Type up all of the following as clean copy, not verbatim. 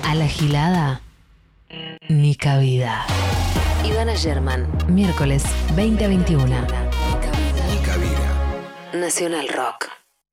A la gilada, ni cabida. Ivana German, miércoles 20 a 21. Ni cabida. Nacional Rock.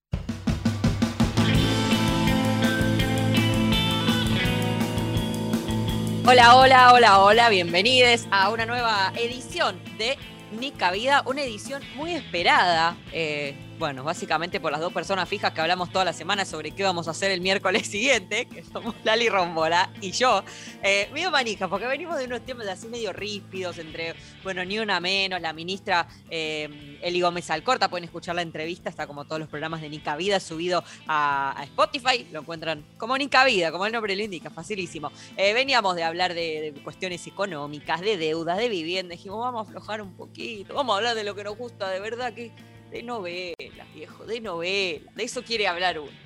Hola, bienvenidos a una nueva edición de Ni Cabida, una edición muy esperada, bueno, básicamente por las dos personas fijas que hablamos toda la semana sobre qué vamos a hacer el miércoles siguiente, que somos Lali Rombola y yo, medio manija, porque venimos de unos temas así medio ríspidos, entre, bueno, ni una menos, la ministra Eli Gómez Alcorta, pueden escuchar la entrevista, está como todos los programas de Ni Cabida subido a Spotify, lo encuentran como Ni Cabida, como el nombre lo indica, facilísimo. Veníamos de hablar de cuestiones económicas, de deudas, de vivienda, dijimos, vamos a aflojar un poquito, vamos a hablar de lo que nos gusta, de verdad que... De novelas, viejo, de novelas. De eso quiere hablar uno.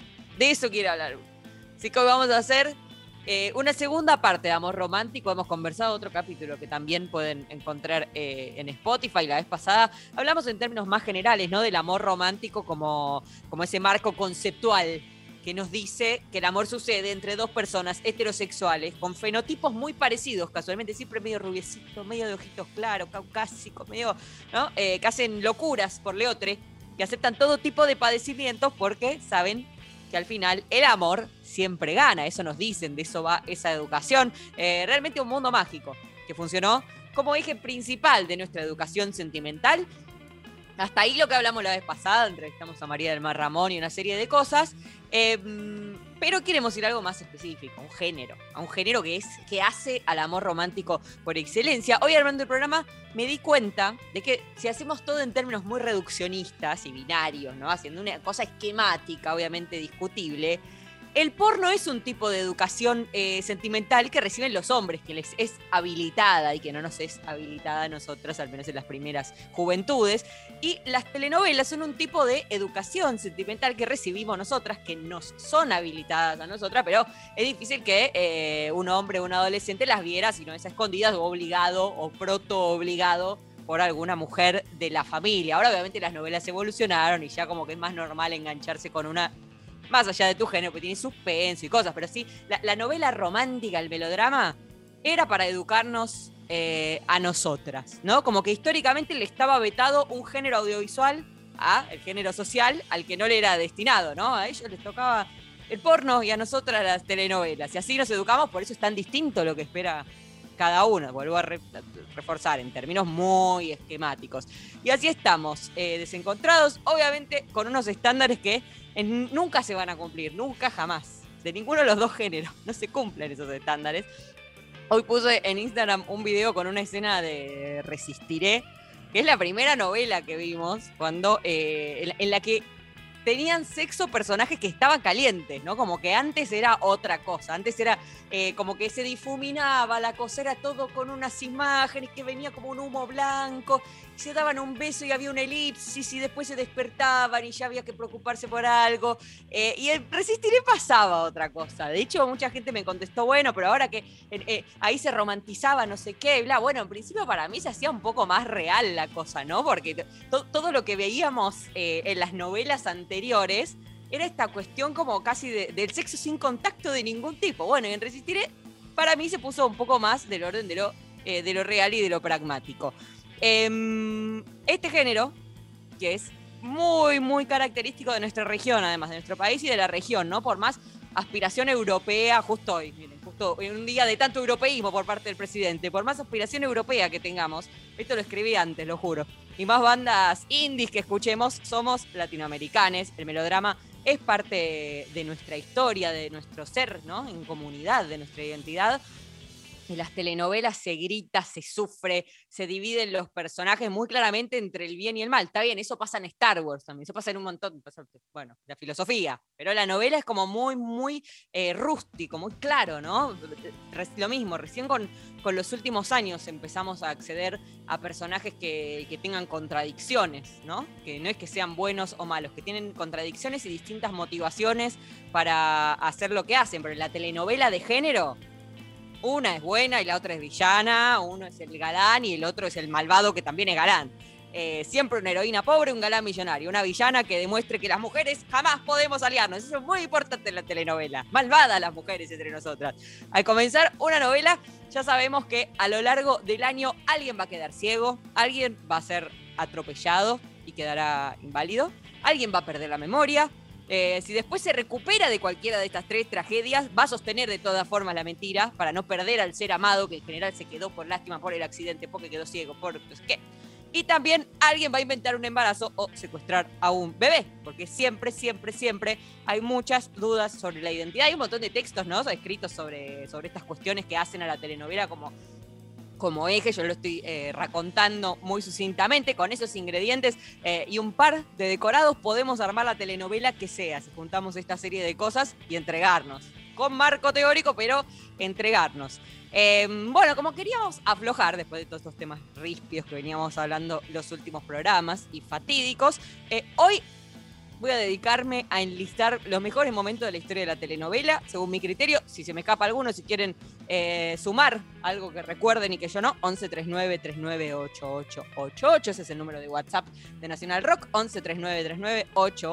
Así que hoy vamos a hacer una segunda parte de Amor Romántico. Hemos conversado otro capítulo que también pueden encontrar en Spotify. La vez pasada hablamos en términos más generales, ¿no? Del amor romántico como ese marco conceptual que nos dice que el amor sucede entre dos personas heterosexuales con fenotipos muy parecidos, casualmente, siempre medio rubiecito, medio de ojitos claros, caucásicos, medio, ¿no? Que hacen locuras por leotre, que aceptan todo tipo de padecimientos porque saben que al final el amor siempre gana. Eso nos dicen, de eso va esa educación. Realmente un mundo mágico que funcionó como eje principal de nuestra educación sentimental. Hasta ahí lo que hablamos la vez pasada, entrevistamos a María del Mar Ramón y una serie de cosas, pero queremos ir a algo más específico, a un género que hace al amor romántico por excelencia. Hoy armando el programa me di cuenta de que si hacemos todo en términos muy reduccionistas y binarios, ¿no? Haciendo una cosa esquemática, obviamente discutible, el porno es un tipo de educación sentimental que reciben los hombres, que les es habilitada y que no nos es habilitada a nosotras, al menos en las primeras juventudes. Y las telenovelas son un tipo de educación sentimental que recibimos nosotras, que nos son habilitadas a nosotras, pero es difícil que un hombre o un adolescente las viera, si no es a escondidas o obligado o proto-obligado por alguna mujer de la familia. Ahora obviamente las novelas evolucionaron y ya como que es más normal engancharse con una... Más allá de tu género, porque tiene suspenso y cosas, pero sí, la novela romántica, el melodrama, era para educarnos a nosotras, ¿no? Como que históricamente le estaba vetado un género audiovisual el género social al que no le era destinado, ¿no? A ellos les tocaba el porno y a nosotras las telenovelas. Y así nos educamos, por eso es tan distinto lo que espera cada uno. Vuelvo a reforzar en términos muy esquemáticos. Y así estamos, desencontrados, obviamente con unos estándares que nunca se van a cumplir, nunca jamás. De ninguno de los dos géneros no se cumplen esos estándares. Hoy puse en Instagram un video con una escena de Resistiré, que es la primera novela que vimos cuando en la que tenían sexo personajes que estaban calientes, ¿no? Como que antes era otra cosa, antes era como que se difuminaba la cosa, era todo con unas imágenes que venía como un humo blanco, y se daban un beso y había una elipsis y después se despertaban y ya había que preocuparse por algo, y el Resistiré pasaba otra cosa. De hecho, mucha gente me contestó, bueno, pero ahora que ahí se romantizaba no sé qué, bla, bueno, en principio para mí se hacía un poco más real la cosa, ¿no? Porque todo lo que veíamos en las novelas anteriores era esta cuestión como casi del sexo sin contacto de ningún tipo. Bueno, y en Resistiré para mí se puso un poco más del orden de lo real y de lo pragmático. Este género, que es muy, muy característico de nuestra región, además de nuestro país y de la región, ¿no? Por más aspiración europea, justo hoy, miren, justo en un día de tanto europeísmo por parte del presidente, por más aspiración europea que tengamos, esto lo escribí antes, lo juro, y más bandas indies que escuchemos, somos latinoamericanos. El melodrama es parte de nuestra historia, de nuestro ser, ¿no? En comunidad, de nuestra identidad. En las telenovelas se grita, se sufre, se dividen los personajes muy claramente entre el bien y el mal. Está bien, eso pasa en Star Wars también, eso pasa en un montón, bueno, la filosofía, pero la novela es como muy, muy rústico, muy claro, ¿no? Lo mismo, recién con los últimos años empezamos a acceder a personajes que tengan contradicciones, ¿no? Que no es que sean buenos o malos, que tienen contradicciones y distintas motivaciones para hacer lo que hacen, pero en la telenovela de género... Una es buena y la otra es villana, uno es el galán y el otro es el malvado que también es galán. siempre una heroína pobre, un galán millonario, una villana que demuestre que las mujeres jamás podemos aliarnos. Eso es muy importante en la telenovela. Malvadas las mujeres entre nosotras. Al comenzar una novela, ya sabemos que a lo largo del año alguien va a quedar ciego, alguien va a ser atropellado y quedará inválido, alguien va a perder la memoria. Si después se recupera de cualquiera de estas 3 tragedias, va a sostener de todas formas la mentira para no perder al ser amado, que en general se quedó por lástima, por el accidente, porque quedó ciego, por no sé qué. Y también alguien va a inventar un embarazo o secuestrar a un bebé, porque siempre hay muchas dudas sobre la identidad. Hay un montón de textos, ¿no?, escritos sobre estas cuestiones que hacen a la telenovela como eje. Yo lo estoy racontando muy sucintamente. Con esos ingredientes y un par de decorados podemos armar la telenovela que sea, si juntamos esta serie de cosas y entregarnos. Con marco teórico, pero entregarnos. Bueno, como queríamos aflojar después de todos estos temas ríspidos que veníamos hablando los últimos programas y fatídicos, hoy voy a dedicarme a enlistar los mejores momentos de la historia de la telenovela, según mi criterio. Si se me escapa alguno, si quieren sumar algo que recuerden y que yo no, 11 39 39 8888, ese es el número de WhatsApp de Nacional Rock, 11 39 39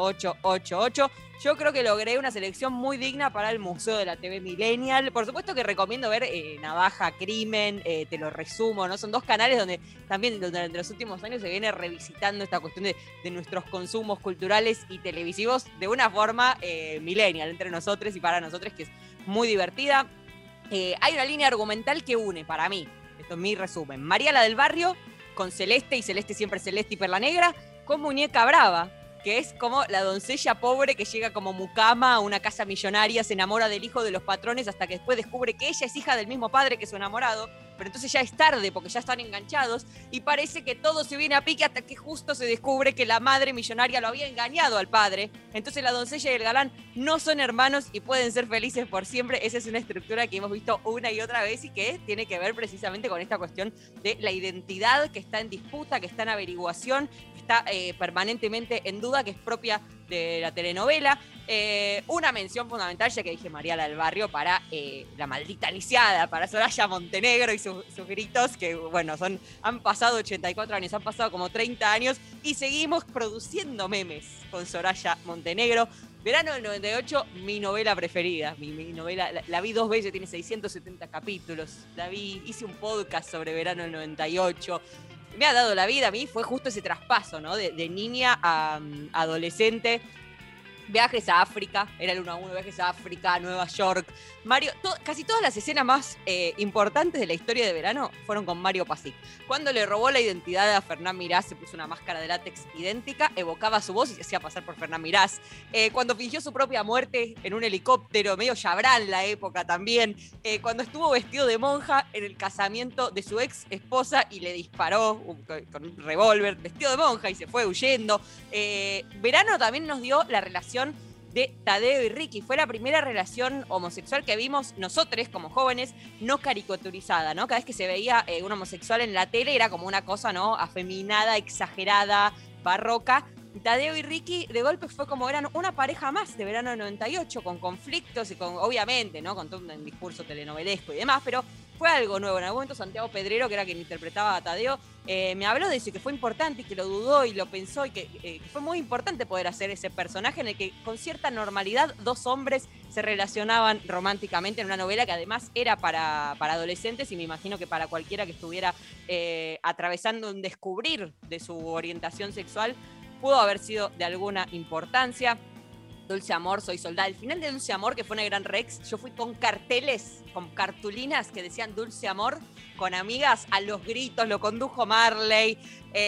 8888. Yo creo que logré una selección muy digna para el Museo de la TV Millennial. Por supuesto que recomiendo ver Navaja, Crimen, te lo resumo, ¿no? Son 2 canales donde también durante los últimos años se viene revisitando esta cuestión de nuestros consumos culturales y televisivos de una forma millennial entre nosotros y para nosotros, que es muy divertida. Hay una línea argumental que une, para mí, esto es mi resumen, Mariala del Barrio con Celeste, y Celeste siempre celeste y perla negra, con Muñeca Brava, que es como la doncella pobre que llega como mucama a una casa millonaria, se enamora del hijo de los patrones hasta que después descubre que ella es hija del mismo padre que su enamorado, pero entonces ya es tarde porque ya están enganchados y parece que todo se viene a pique hasta que justo se descubre que la madre millonaria lo había engañado al padre. Entonces la doncella y el galán no son hermanos y pueden ser felices por siempre. Esa es una estructura que hemos visto una y otra vez y que tiene que ver precisamente con esta cuestión de la identidad que está en disputa, que está en averiguación, que está permanentemente en duda, que es propia de la telenovela. Una mención fundamental, ya que dije Mariala del Barrio, para la maldita lisiada, para Soraya Montenegro y sus gritos, que bueno, han pasado 84 años, han pasado como 30 años y seguimos produciendo memes con Soraya Montenegro. Verano del 98, mi novela preferida, mi novela, la vi 2 veces, tiene 670 capítulos, hice un podcast sobre Verano del 98. Me ha dado la vida a mí, fue justo ese traspaso, ¿no? De niña a adolescente. Viajes a África, era el 1 a 1, viajes a África, a Nueva York. Casi todas las escenas más importantes de la historia de Verano fueron con Mario Pasic. Cuando le robó la identidad a Fernán Mirás, se puso una máscara de látex idéntica, evocaba su voz y se hacía pasar por Fernán Mirás. Cuando fingió su propia muerte en un helicóptero, medio Chabrán la época también. Cuando estuvo vestido de monja en el casamiento de su ex esposa y le disparó con un revólver, vestido de monja, y se fue huyendo. Verano también nos dio la relación de Tadeo y Ricky. Fue la primera relación homosexual que vimos nosotros como jóvenes, no caricaturizada, ¿no? Cada vez que se veía un homosexual en la tele era como una cosa, ¿no?, afeminada, exagerada, barroca. Tadeo y Ricky de golpe fue como eran una pareja más de Verano del 98, con conflictos y con, obviamente, ¿no?, con todo un discurso telenovelesco y demás, pero fue algo nuevo. En algún momento Santiago Pedrero, que era quien interpretaba a Tadeo, me habló de eso y que fue importante y que lo dudó y lo pensó y que fue muy importante poder hacer ese personaje en el que con cierta normalidad 2 hombres se relacionaban románticamente en una novela que además era para adolescentes y me imagino que para cualquiera que estuviera atravesando un descubrir de su orientación sexual pudo haber sido de alguna importancia. Dulce Amor, Soy Soldada. El final de Dulce Amor, que fue una gran Rex, yo fui con carteles, con cartulinas que decían Dulce Amor, con amigas a los gritos, lo condujo Marley.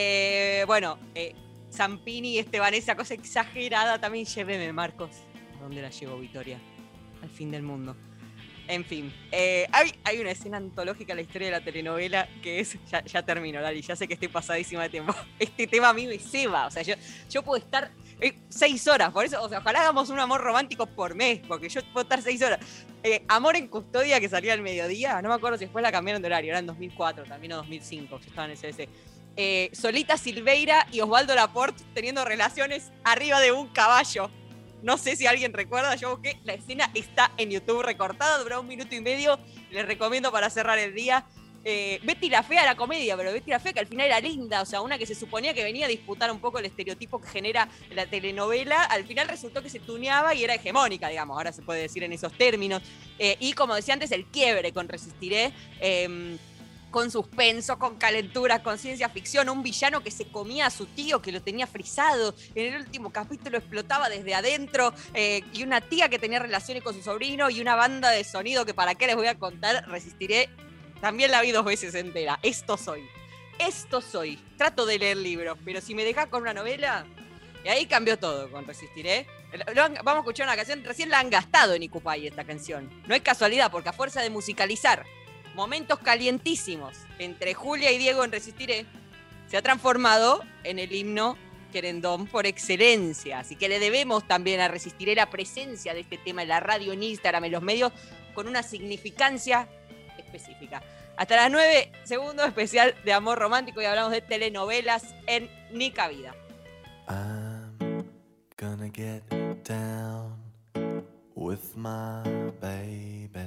Zampini, Esteban, esa cosa exagerada. También lléveme, Marcos. ¿A dónde la llevo, Victoria? Al fin del mundo. En fin, hay una escena antológica en la historia de la telenovela que es, ya termino, Lali, ya sé que estoy pasadísima de tiempo. Este tema a mí me ceba, o sea, yo puedo estar 6 horas, por eso, o sea, ojalá hagamos un amor romántico por mes, porque yo puedo estar 6 horas. Amor en Custodia, que salía al mediodía, no me acuerdo si después la cambiaron de horario, era en 2004, también o 2005, yo estaba en el CBC. Solita Silveira y Osvaldo Laporte teniendo relaciones arriba de un caballo. No sé si alguien recuerda, yo busqué, la escena está en YouTube recortada, duró 1 minuto y medio, les recomiendo para cerrar el día. Betty la Fea, la comedia, pero Betty la Fea que al final era linda, o sea, una que se suponía que venía a disputar un poco el estereotipo que genera la telenovela, al final resultó que se tuneaba y era hegemónica, digamos, ahora se puede decir en esos términos. Y como decía antes, el quiebre con Resistiré, con suspenso, con calentura, con ciencia ficción, un villano que se comía a su tío, que lo tenía frisado, en el último capítulo explotaba desde adentro, y una tía que tenía relaciones con su sobrino, y una banda de sonido que para qué les voy a contar. Resistiré, también la vi 2 veces entera. Esto soy. Trato de leer libros, pero si me dejás con una novela, y ahí cambió todo con Resistiré. Vamos a escuchar una canción, recién la han gastado en Icupay esta canción. No es casualidad, porque a fuerza de musicalizar momentos calientísimos entre Julia y Diego en Resistiré, se ha transformado en el himno querendón por excelencia. Así que le debemos también a Resistiré la presencia de este tema en la radio, en Instagram, en los medios, con una significancia específica. Hasta las 9, segundo especial de amor romántico, y hablamos de telenovelas en Ni Cabida. I'm gonna get down with my baby,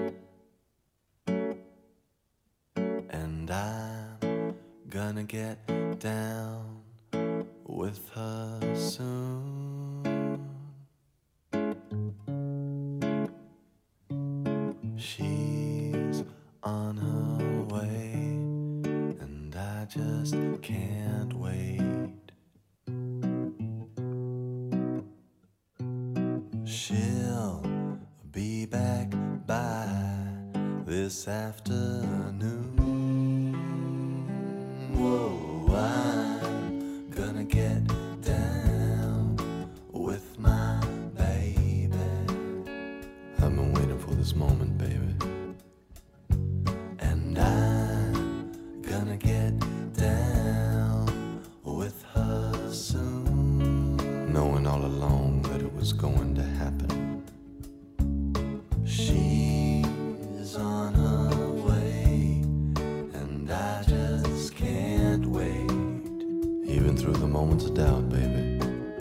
and I'm gonna get down with her soon. She's on her way, and I just can't wait. She'll be back by this afternoon. Whoa, I'm gonna get down with my baby. I've been waiting for this moment, baby. And I'm gonna get down with her soon, knowing all along that it was going to happen. She's on her way, and I just can't wait, even through the moments of doubt, baby.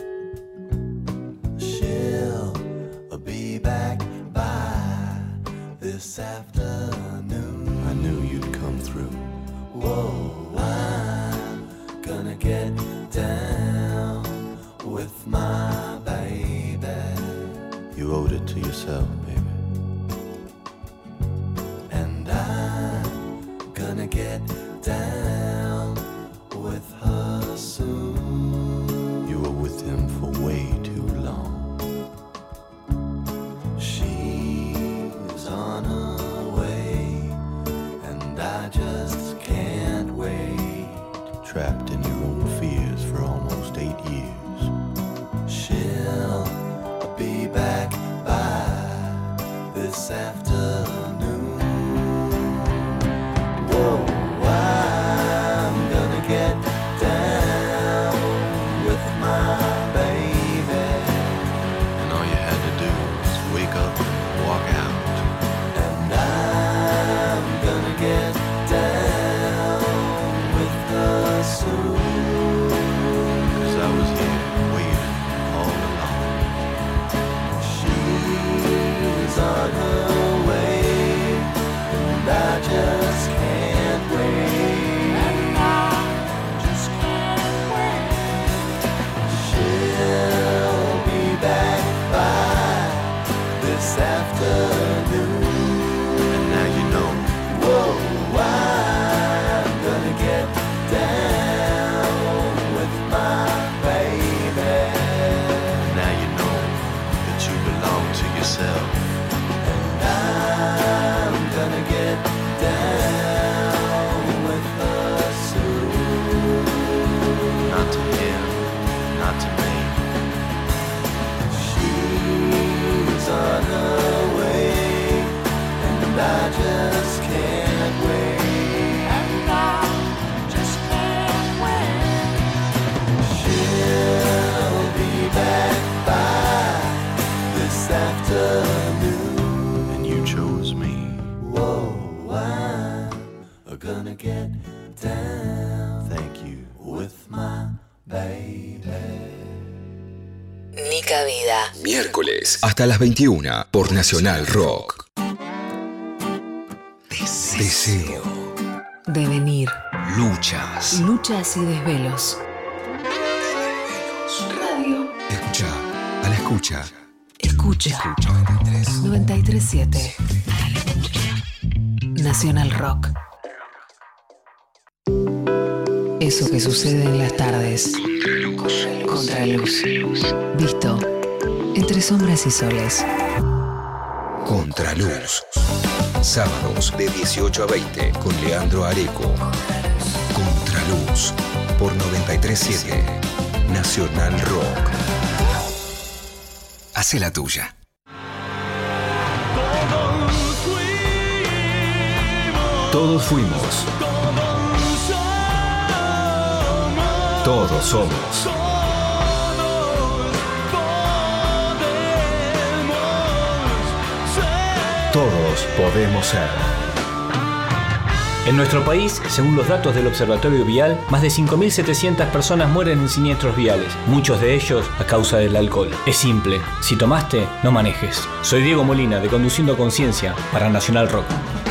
She'll be back by this afternoon. I knew you'd come through. Whoa, I'm gonna get down with my baby. You owed it to yourself, baby. And I'm gonna get down with her soon. You were with him for way too long. She's on her way, and I just can't wait. Trapped in your own fears for almost 8 years. She'll be back by this afternoon. Whoa, I'm gonna get down with my baby. And all you had to do was wake up and walk out. And I'm gonna get down with her soon. 'Cause I was here waiting all along. She's on her way, and I just can't wait. And I just can't wait. She'll be back by this afternoon. And now you know. Whoa, I'm gonna get down with my baby. Now you know that you belong to yourself. And I'm gonna get down with her soon. Not to him, not to me. She's on her way, and I just can't wait. And I just can't wait. She'll be back by this afternoon. And you chose me. Whoa, I'm gonna get down. Thank you. With my baby. Ni Cabida. Miércoles hasta las 21 por Nacional Rock. Deseo. Devenir. Luchas. Luchas y desvelos. Radio. Escucha. A la escucha. Escucha. 93.7. Nacional Rock. Eso que sucede en las tardes. Contraluz. Visto entre sombras y soles. Contraluz. Sábados de 18 a 20 con Leandro Areco. Contraluz. Por 93.7. Nacional Rock. Hace la tuya. Todos fuimos. Todos somos. Todos podemos ser. En nuestro país, según los datos del Observatorio Vial, más de 5.700 personas mueren en siniestros viales, muchos de ellos a causa del alcohol. Es simple, si tomaste, no manejes. Soy Diego Molina, de Conduciendo Conciencia, para Nacional Rock.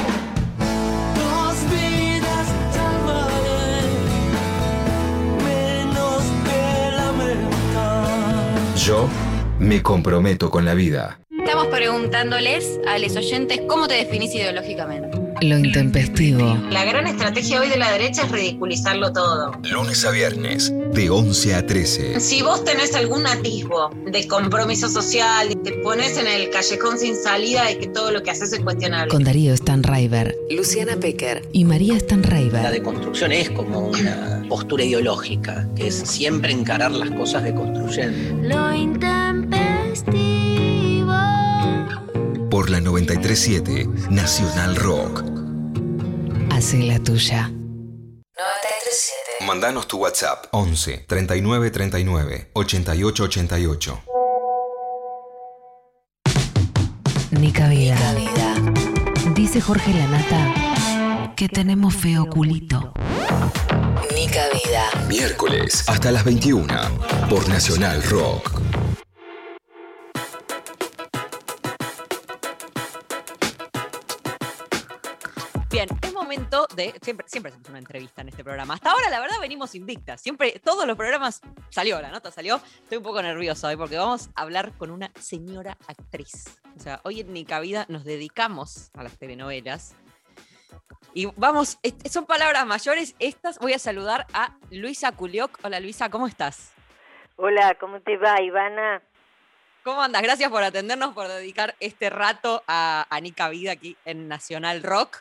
Yo me comprometo con la vida. Estamos preguntándoles a los oyentes cómo te definís ideológicamente. Lo intempestivo. La gran estrategia hoy de la derecha es ridiculizarlo todo. Lunes a viernes, de 11 a 13. Si vos tenés algún atisbo de compromiso social, te pones en el callejón sin salida y que todo lo que haces es cuestionable. Con Darío Stanraiver, Luciana Pecker y María La Stanraiver. deconstrucción es como una postura ideológica, que es siempre encarar las cosas deconstruyendo. Lo intempestivo. Por la 93.7 Nacional Rock. Hace la tuya. 93.7. Mandanos tu WhatsApp 11 39 39 88 88. Ni cabida. Dice Jorge Lanata que tenemos feo culito. Ni cabida. Miércoles hasta las 21 por Nacional Rock. Bien, es momento de... Siempre hacemos una entrevista en este programa. Hasta ahora, la verdad, venimos invictas. Siempre, todos los programas salió, la nota salió. Estoy un poco nerviosa hoy porque vamos a hablar con una señora actriz. O sea, hoy en Ni Cabida nos dedicamos a las telenovelas. Y vamos, son palabras mayores estas. Voy a saludar a Luisa Culioc. Hola Luisa, ¿cómo estás? Hola, ¿cómo te va, Ivana? ¿Cómo andas? Gracias por atendernos, por dedicar este rato a Ni Cabida aquí en Nacional Rock.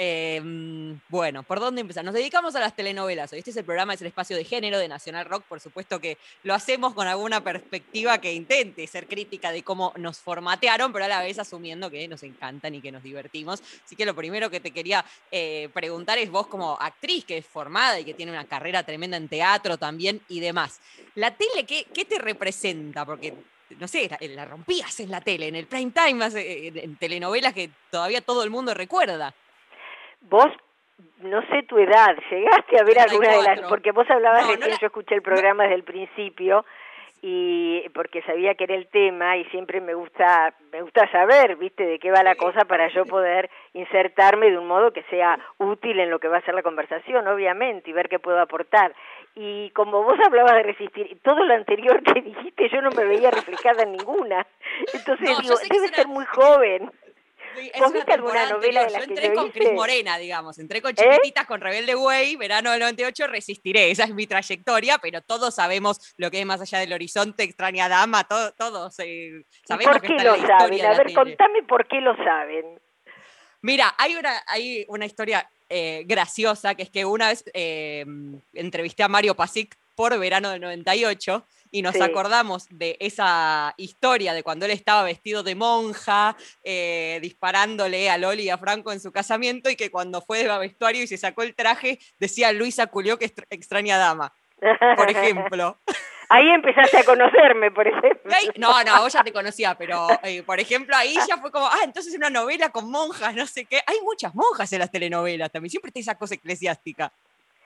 Bueno, ¿por dónde empezar? Nos dedicamos a las telenovelas. Hoy este es el programa, es el espacio de género de Nacional Rock. Por supuesto que lo hacemos con alguna perspectiva que intente ser crítica de cómo nos formatearon, pero a la vez asumiendo que nos encantan y que nos divertimos. Así que lo primero que te quería preguntar es vos como actriz que es formada y que tiene una carrera tremenda en teatro también y demás. ¿La tele qué te representa? Porque no sé, la rompías en la tele, en el prime time, en telenovelas que todavía todo el mundo recuerda. Vos, no sé tu edad, ¿llegaste a ver 34. alguna de las...? Porque vos hablabas No, recién, yo escuché el programa desde el principio, y porque sabía que era el tema, y siempre me gusta saber, ¿viste?, de qué va la cosa para yo poder insertarme de un modo que sea útil en lo que va a ser la conversación, obviamente, y ver qué puedo aportar. Y como vos hablabas de resistir, todo lo anterior que dijiste yo no me veía reflejada en ninguna. Entonces No, digo, yo sé que debe es ser muy joven. Sí, ¿Vos viste alguna novela de las yo que entré yo con hice? Cris Morena, digamos, entré con Chiquititas, con Rebelde Way, verano del 98, Resistiré, esa es mi trayectoria, pero todos sabemos lo que es Más allá del horizonte, Extraña Dama, todos sabemos ¿Por que qué está lo en la historia saben? de A la ver, tele. contame por qué lo saben. Mira, hay una historia graciosa, que es que una vez entrevisté a Mario Pasic por verano del 98 y nos Sí. acordamos de esa historia de cuando él estaba vestido de monja, disparándole a Loli y a Franco en su casamiento, y que cuando fue de vestuario y se sacó el traje decía Luisa Culioc Extraña Dama, por ejemplo. Ahí empezaste a conocerme, por ejemplo. No, vos ya te conocía, pero por ejemplo ahí ya fue como, entonces una novela con monjas, no sé qué. Hay muchas monjas en las telenovelas también, siempre está esa cosa eclesiástica.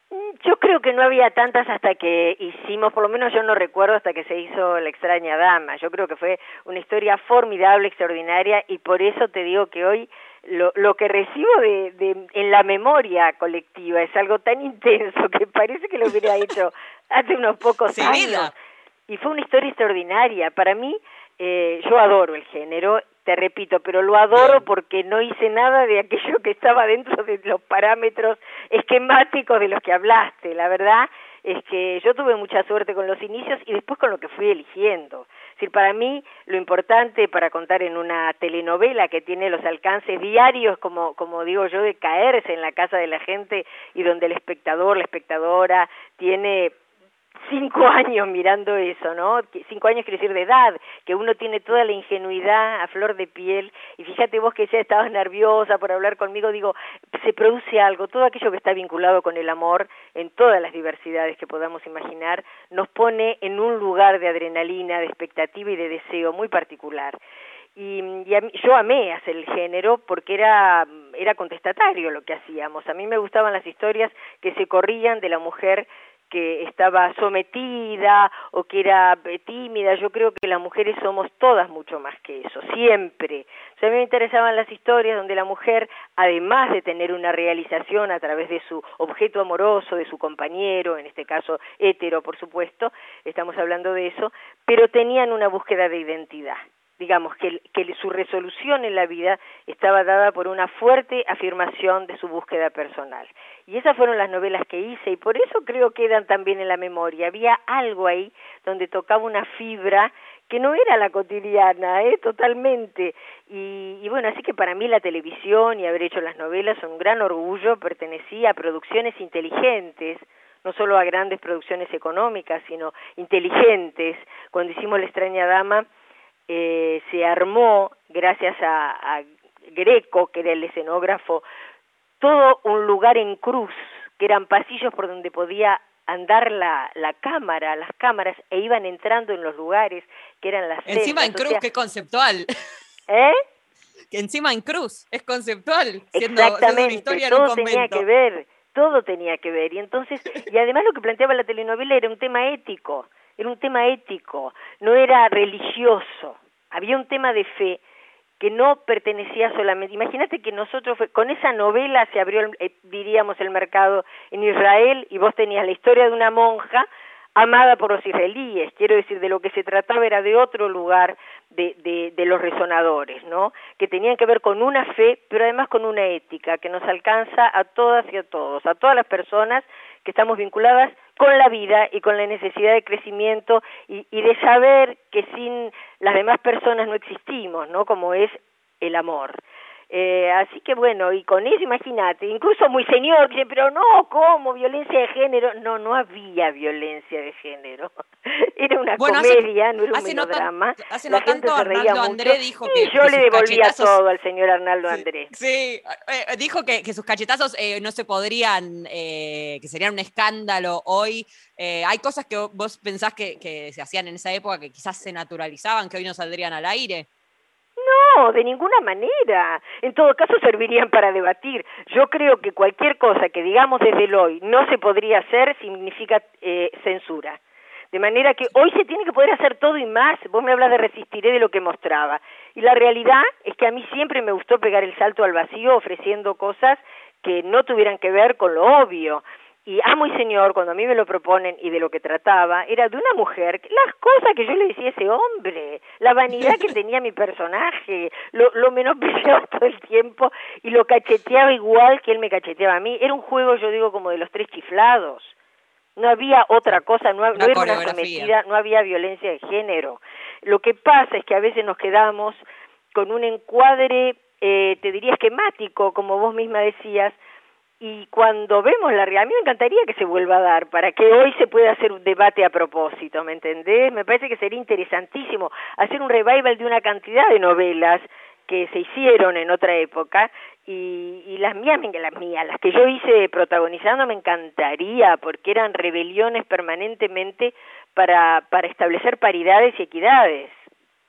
Yo creo que no había tantas hasta que hicimos, por lo menos yo no recuerdo hasta que se hizo La extraña dama. Yo creo que fue una historia formidable, extraordinaria, y por eso te digo que hoy lo que recibo en la memoria colectiva es algo tan intenso que parece que lo hubiera hecho hace unos pocos años. Y fue una historia extraordinaria. Para mí, yo adoro el género, te repito, pero lo adoro porque no hice nada de aquello que estaba dentro de los parámetros esquemáticos de los que hablaste. La verdad es que yo tuve mucha suerte con los inicios y después con lo que fui eligiendo. Es decir, para mí lo importante para contar en una telenovela que tiene los alcances diarios, como digo yo, de caerse en la casa de la gente y donde el espectador, la espectadora tiene 5 años mirando eso, ¿no? 5 años quiere decir de edad, que uno tiene toda la ingenuidad a flor de piel, y fíjate vos que ya estabas nerviosa por hablar conmigo, digo, se produce algo, todo aquello que está vinculado con el amor, en todas las diversidades que podamos imaginar, nos pone en un lugar de adrenalina, de expectativa y de deseo muy particular. Yo amé hacer el género porque era contestatario lo que hacíamos. A mí me gustaban las historias que se corrían de la mujer que estaba sometida o que era tímida. Yo creo que las mujeres somos todas mucho más que eso, siempre. O sea, a mí me interesaban las historias donde la mujer, además de tener una realización a través de su objeto amoroso, de su compañero, en este caso hétero, por supuesto, estamos hablando de eso, pero tenían una búsqueda de identidad. Digamos que su resolución en la vida estaba dada por una fuerte afirmación de su búsqueda personal. Y esas fueron las novelas que hice, y por eso creo que quedan también en la memoria. Había algo ahí donde tocaba una fibra que no era la cotidiana, totalmente. Y bueno, así que para mí la televisión y haber hecho las novelas son un gran orgullo. Pertenecí a producciones inteligentes, no solo a grandes producciones económicas, sino inteligentes. Cuando hicimos La extraña dama, se armó, gracias a Greco, que era el escenógrafo, todo un lugar en cruz, que eran pasillos por donde podía andar la cámara, las cámaras, e iban entrando en los lugares que eran las encima celdas. En cruz, qué conceptual. Que encima en cruz, es conceptual. Exactamente, siendo una historia todo en un convento. tenía que ver, todo tenía que ver. Y entonces, y además lo que planteaba la telenovela era un tema ético. Era un tema ético, no era religioso. Había un tema de fe que no pertenecía solamente. Imagínate que nosotros, con esa novela se abrió, diríamos, el mercado en Israel, y vos tenías la historia de una monja amada por los israelíes. Quiero decir, de lo que se trataba era de otro lugar de los resonadores, ¿no? Que tenían que ver con una fe, pero además con una ética que nos alcanza a todas y a todos, a todas las personas que estamos vinculadas con la vida y con la necesidad de crecimiento y de saber que sin las demás personas no existimos, ¿no? Como es el amor. Así que bueno, y con eso imagínate, incluso muy señor, dice, pero no, ¿cómo? ¿Violencia de género? No había violencia de género. Era una comedia, no era un melodrama. Hace no tanto Arnaldo André dijo que yo le devolvía todo al señor Arnaldo André. Sí, dijo que sus cachetazos no se podrían, que serían un escándalo hoy. Hay cosas que vos pensás que se hacían en esa época que quizás se naturalizaban, que hoy no saldrían al aire. No, de ninguna manera. En todo caso servirían para debatir. Yo creo que cualquier cosa que digamos desde el hoy no se podría hacer significa censura. De manera que hoy se tiene que poder hacer todo y más. Vos me hablas de Resistiré, de lo que mostraba. Y la realidad es que a mí siempre me gustó pegar el salto al vacío ofreciendo cosas que no tuvieran que ver con lo obvio. Y Amo y Señor, cuando a mí me lo proponen y de lo que trataba, era de una mujer, las cosas que yo le decía a ese hombre, la vanidad que tenía mi personaje, lo menospreciaba todo el tiempo y lo cacheteaba igual que él me cacheteaba a mí. Era un juego, yo digo, como de los 3 chiflados. No había otra cosa, no era una sometida, no había violencia de género. Lo que pasa es que a veces nos quedamos con un encuadre, te diría esquemático, como vos misma decías, y cuando vemos la realidad, a mí me encantaría que se vuelva a dar, para que hoy se pueda hacer un debate a propósito, ¿me entendés? Me parece que sería interesantísimo hacer un revival de una cantidad de novelas que se hicieron en otra época, y las que yo hice protagonizando, me encantaría, porque eran rebeliones permanentemente para establecer paridades y equidades.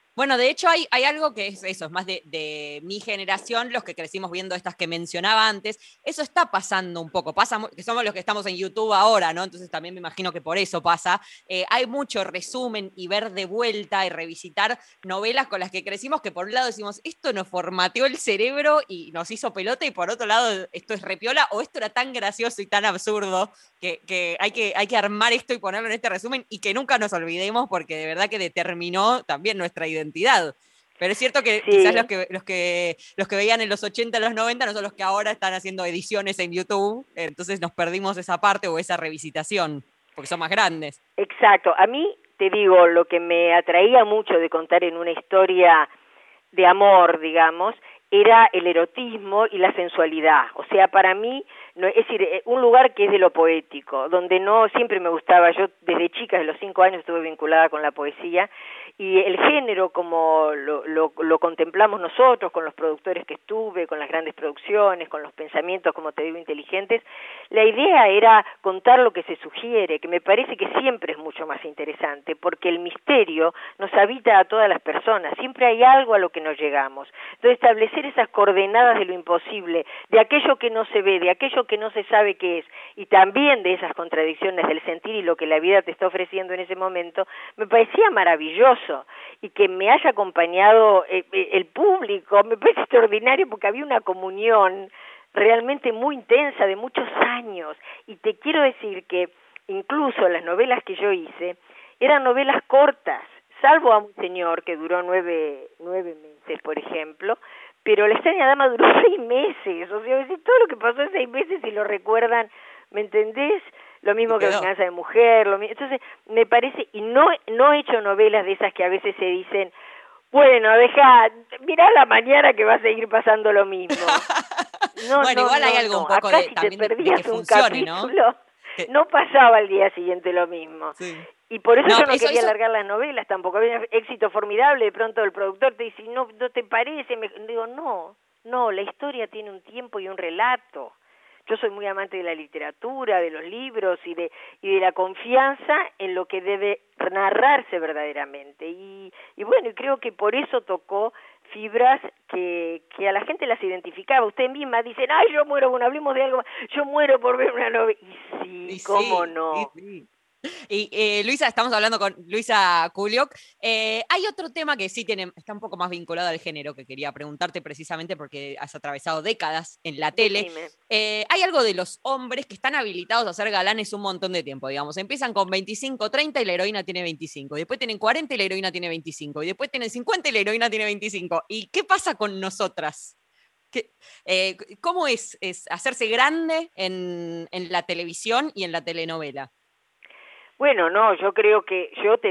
Bueno, de hecho hay algo que es eso, es más de mi generación, los que crecimos viendo estas que mencionaba antes. Eso está pasando un poco, que somos los que estamos en YouTube ahora, ¿no? Entonces también me imagino que por eso pasa. Hay mucho resumen y ver de vuelta y revisitar novelas con las que crecimos, que por un lado decimos, esto nos formateó el cerebro y nos hizo pelota, y por otro lado, esto es repiola, o esto era tan gracioso y tan absurdo que hay que armar esto y ponerlo en este resumen, y que nunca nos olvidemos, porque de verdad que determinó también nuestra identidad. Pero es cierto que Sí. quizás los que veían en los 80, los 90, no son los que ahora están haciendo ediciones en YouTube, entonces nos perdimos esa parte o esa revisitación, porque son más grandes. Exacto. A mí, te digo, lo que me atraía mucho de contar en una historia de amor, digamos, era el erotismo y la sensualidad. O sea, para mí, no, es decir, un lugar que es de lo poético, donde no siempre me gustaba, yo desde chica, desde los 5 años estuve vinculada con la poesía, y el género como lo contemplamos nosotros, con los productores que estuve, con las grandes producciones, con los pensamientos, como te digo, inteligentes, la idea era contar lo que se sugiere, que me parece que siempre es mucho más interesante, porque el misterio nos habita a todas las personas, siempre hay algo a lo que nos llegamos. Entonces, establecer esas coordenadas de lo imposible, de aquello que no se ve, de aquello que no se sabe qué es, y también de esas contradicciones del sentir y lo que la vida te está ofreciendo en ese momento, me parecía maravilloso. Y que me haya acompañado el público, me parece extraordinario, porque había una comunión realmente muy intensa de muchos años. Y te quiero decir que incluso las novelas que yo hice eran novelas cortas, salvo a un señor que duró 9 meses, por ejemplo, pero La extraña dama duró 6 meses, o sea, todo lo que pasó en 6 meses, si lo recuerdan, ¿me entendés? Lo mismo que Venganza de Mujer, entonces me parece, y no he hecho novelas de esas que a veces se dicen, bueno, mirá la mañana que va a seguir pasando lo mismo. No, bueno, igual hay algo un poco acá de, si también te perdías de que un funcione, capítulo, no pasaba al día siguiente lo mismo. Sí. Y por eso yo no eso, quería alargar las novelas tampoco. Había un éxito formidable, de pronto el productor te dice, no te parece, digo, no, la historia tiene un tiempo y un relato. Yo soy muy amante de la literatura, de los libros y de la confianza en lo que debe narrarse verdaderamente. Y bueno, y creo que por eso tocó fibras que a la gente las identificaba. Usted misma dice, ay, yo muero, bueno, hablemos de algo, yo muero por ver una novela. Y sí, ¿cómo no? Sí. Y Luisa, estamos hablando con Luisa Kulioc. Hay otro tema que sí está un poco más vinculado al género, que quería preguntarte precisamente porque has atravesado décadas en la tele. Hay algo de los hombres que están habilitados a ser galanes un montón de tiempo, digamos. Empiezan con 25, 30 y la heroína tiene 25. Y después tienen 40 y la heroína tiene 25. Y después tienen 50 y la heroína tiene 25. ¿Y qué pasa con nosotras? ¿Cómo es hacerse grande en la televisión y en la telenovela? Bueno, no, yo creo que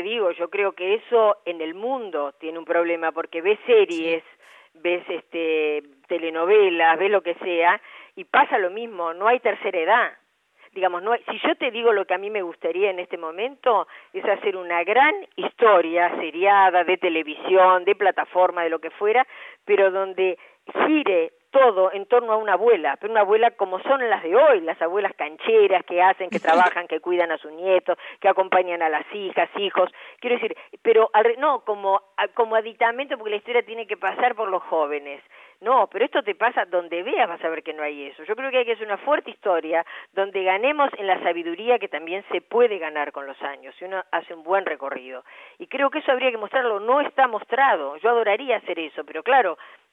eso en el mundo tiene un problema, porque ves series, ves telenovelas, ves lo que sea, y pasa lo mismo, no hay tercera edad. Digamos, si yo te digo lo que a mí me gustaría en este momento, es hacer una gran historia seriada, de televisión, de plataforma, de lo que fuera, pero donde gire todo en torno a una abuela, pero una abuela como son las de hoy, las abuelas cancheras que hacen, que trabajan, que cuidan a sus nietos, que acompañan a las hijas, hijos, quiero decir, pero no como aditamento, porque la historia tiene que pasar por los jóvenes. No, pero esto te pasa donde veas, vas a ver que no hay eso. Yo creo que hay que hacer una fuerte historia donde ganemos en la sabiduría, que también se puede ganar con los años, si uno hace un buen recorrido. Y creo que eso habría que mostrarlo, no está mostrado. Yo adoraría hacer eso, pero claro,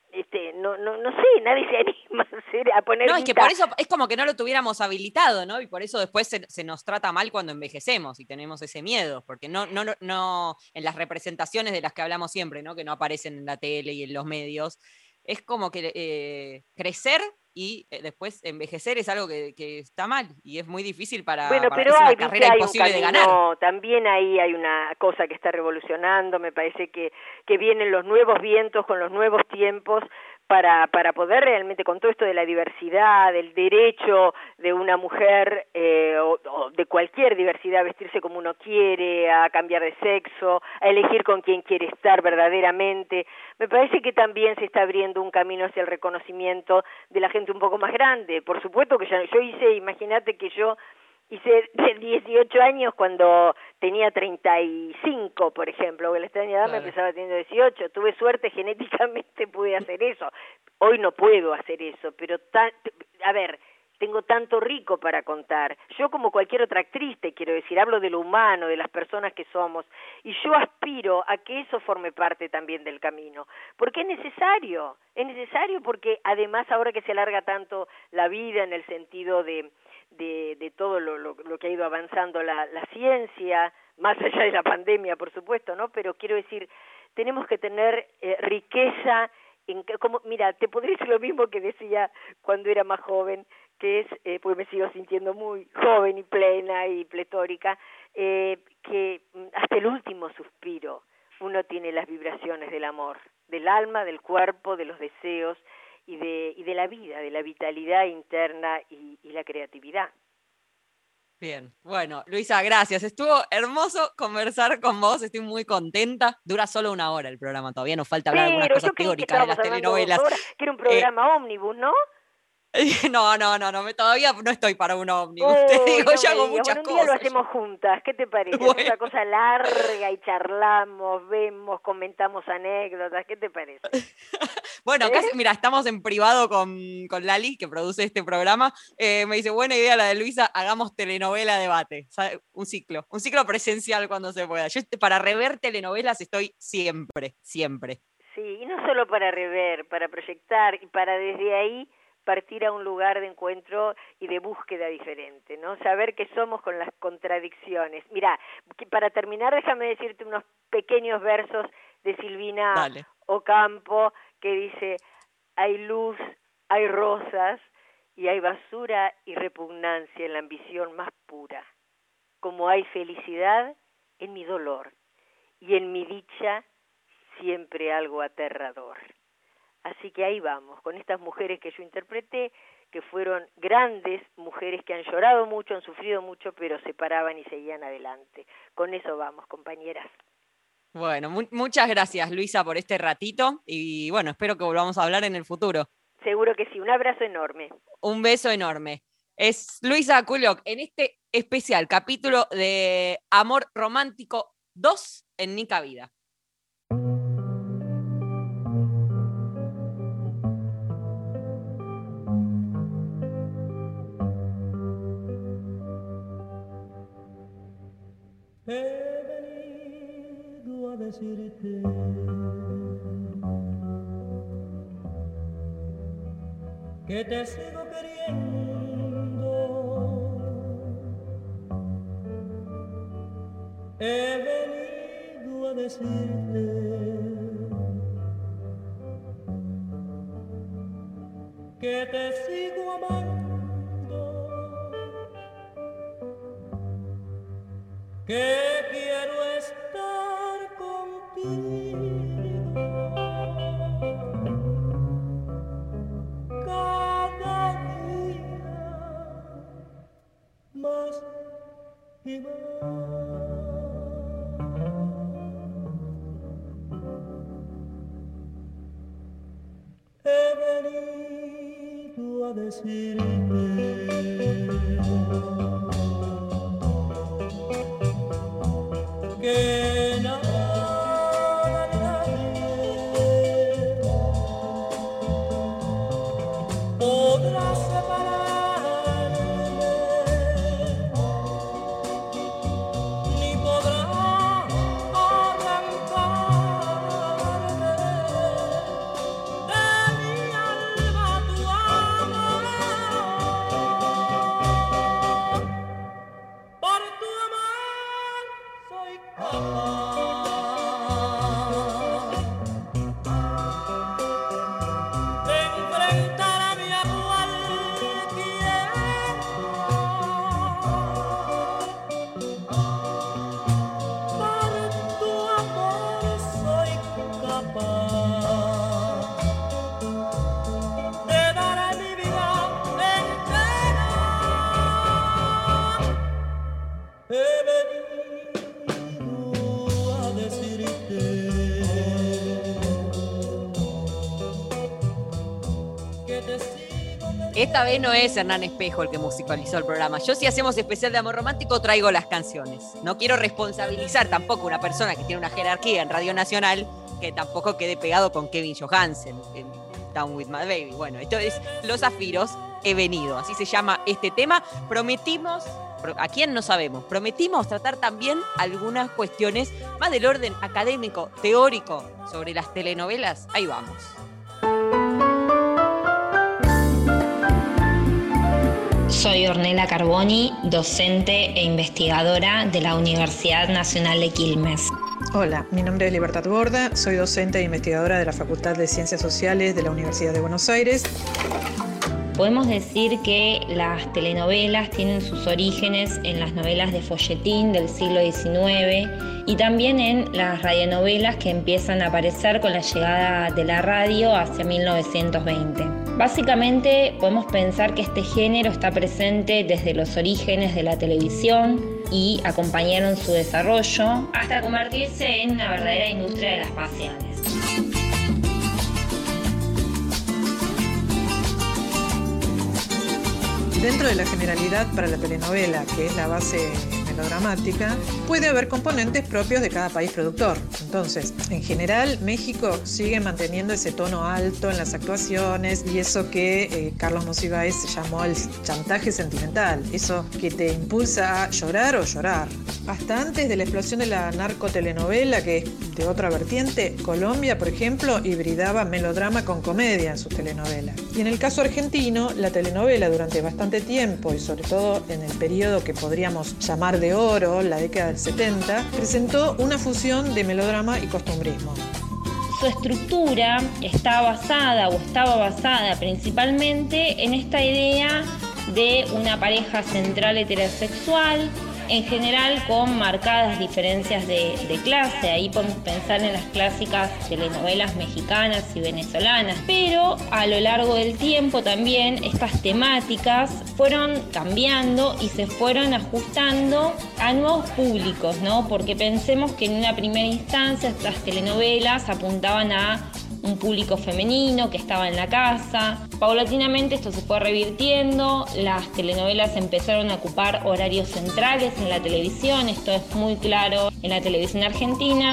no sé, nadie se anima a poner. No, es que por eso es como que no lo tuviéramos habilitado, ¿no? Y por eso después se nos trata mal cuando envejecemos y tenemos ese miedo, porque no en las representaciones de las que hablamos siempre, ¿no? Que no aparecen en la tele y en los medios, es como que crecer y después envejecer es algo que está mal y es muy difícil para es una carrera imposible de ganar. También ahí hay una cosa que está revolucionando, me parece que vienen los nuevos vientos con los nuevos tiempos para poder realmente, con todo esto de la diversidad, del derecho de una mujer o de cualquier diversidad a vestirse como uno quiere, a cambiar de sexo, a elegir con quién quiere estar verdaderamente, me parece que también se está abriendo un camino hacia el reconocimiento de la gente un poco más grande. Por supuesto que yo hice, imagínate que yo hice de 18 años cuando tenía 35, por ejemplo, porque la extraña edad me empezaba teniendo 18. Tuve suerte, genéticamente pude hacer eso. Hoy no puedo hacer eso, pero tengo tanto rico para contar. Yo, como cualquier otra actriz, te quiero decir, hablo de lo humano, de las personas que somos, y yo aspiro a que eso forme parte también del camino, porque es necesario porque además ahora que se alarga tanto la vida en el sentido de todo lo que ha ido avanzando la ciencia, más allá de la pandemia, por supuesto, ¿no? Pero quiero decir, tenemos que tener riqueza. Mira, te podría decir lo mismo que decía cuando era más joven, que es, pues me sigo sintiendo muy joven y plena y pletórica, que hasta el último suspiro uno tiene las vibraciones del amor, del alma, del cuerpo, de los deseos y de la vida, de la vitalidad interna y la creatividad. Bien, bueno, Luisa, gracias. Estuvo hermoso conversar con vos, estoy muy contenta. Dura solo 1 hora el programa, todavía nos falta hablar algunas cosas teóricas de las telenovelas. Que era un programa ómnibus, ¿no? No, todavía no estoy para un ómnibus, te digo, yo hago muchas cosas. Un día lo hacemos juntas, ¿qué te parece? Bueno. Es una cosa larga y charlamos, vemos, comentamos anécdotas, ¿qué te parece? Bueno, casi, mira, estamos en privado con Lali, que produce este programa, me dice, buena idea la de Luisa, hagamos telenovela debate, ¿sabes? Un ciclo presencial cuando se pueda. Yo para rever telenovelas estoy siempre. Sí, y no solo para rever, para proyectar y para desde ahí partir a un lugar de encuentro y de búsqueda diferente, ¿no? Saber que somos con las contradicciones. Mira, para terminar, déjame decirte unos pequeños versos de Silvina Ocampo, que dice: hay luz, hay rosas, y hay basura y repugnancia en la ambición más pura, como hay felicidad en mi dolor, y en mi dicha siempre algo aterrador. Así que ahí vamos, con estas mujeres que yo interpreté, que fueron grandes mujeres que han llorado mucho, han sufrido mucho, pero se paraban y seguían adelante. Con eso vamos, compañeras. Bueno, muchas gracias, Luisa, por este ratito, y bueno, espero que volvamos a hablar en el futuro. Seguro que sí, un abrazo enorme. Un beso enorme. Es Luisa Culock en este especial capítulo de Amor Romántico 2 en Nica Vida. He venido a decirte que te sigo queriendo. He venido a decirte que te sigo amando, que quiero estar contigo cada día más y más. He venido a decirte que nada ni nadie podrá separarme, ni podrá arrancarme de mi alma tu amor. Por tu amor soy capaz de enfrentarme a cualquier mal. Por tu amor soy capaz de dar mi vida entera. He venido a decirte que te sigo queriendo. Esta vez no es Hernán Espejo el que musicalizó el programa. Yo, si hacemos especial de amor romántico, traigo las canciones. No quiero responsabilizar tampoco a una persona que tiene una jerarquía en Radio Nacional que tampoco quede pegado con Kevin Johansen en Down With My Baby. Bueno, esto es Los Zafiros, He Venido. Así se llama este tema. Prometimos, ¿a quién no sabemos? Prometimos tratar también algunas cuestiones más del orden académico, teórico, sobre las telenovelas. Ahí vamos. Soy Ornella Carboni, docente e investigadora de la Universidad Nacional de Quilmes. Hola, mi nombre es Libertad Borda, soy docente e investigadora de la Facultad de Ciencias Sociales de la Universidad de Buenos Aires. Podemos decir que las telenovelas tienen sus orígenes en las novelas de folletín del siglo XIX y también en las radionovelas que empiezan a aparecer con la llegada de la radio hacia 1920. Básicamente podemos pensar que este género está presente desde los orígenes de la televisión y acompañaron su desarrollo hasta convertirse en una verdadera industria de las pasiones. Dentro de la generalidad para la telenovela, que es la base melodramática, puede haber componentes propios de cada país productor. Entonces, en general, México sigue manteniendo ese tono alto en las actuaciones y eso que Carlos Monsiváis llamó el chantaje sentimental, eso que te impulsa a llorar o llorar. Hasta antes de la explosión de la narcotelenovela, que es de otra vertiente, Colombia, por ejemplo, hibridaba melodrama con comedia en sus telenovelas. Y en el caso argentino, la telenovela durante bastante tiempo, y sobre todo en el periodo que podríamos llamar de oro, la década del 70, presentó una fusión de melodrama y costumbrismo. Su estructura estaba basada principalmente en esta idea de una pareja central heterosexual, en general con marcadas diferencias de clase. Ahí podemos pensar en las clásicas telenovelas mexicanas y venezolanas. Pero a lo largo del tiempo también estas temáticas fueron cambiando y se fueron ajustando a nuevos públicos, ¿no? Porque pensemos que en una primera instancia estas telenovelas apuntaban a un público femenino que estaba en la casa. Paulatinamente esto se fue revirtiendo, las telenovelas empezaron a ocupar horarios centrales en la televisión, esto es muy claro en la televisión argentina.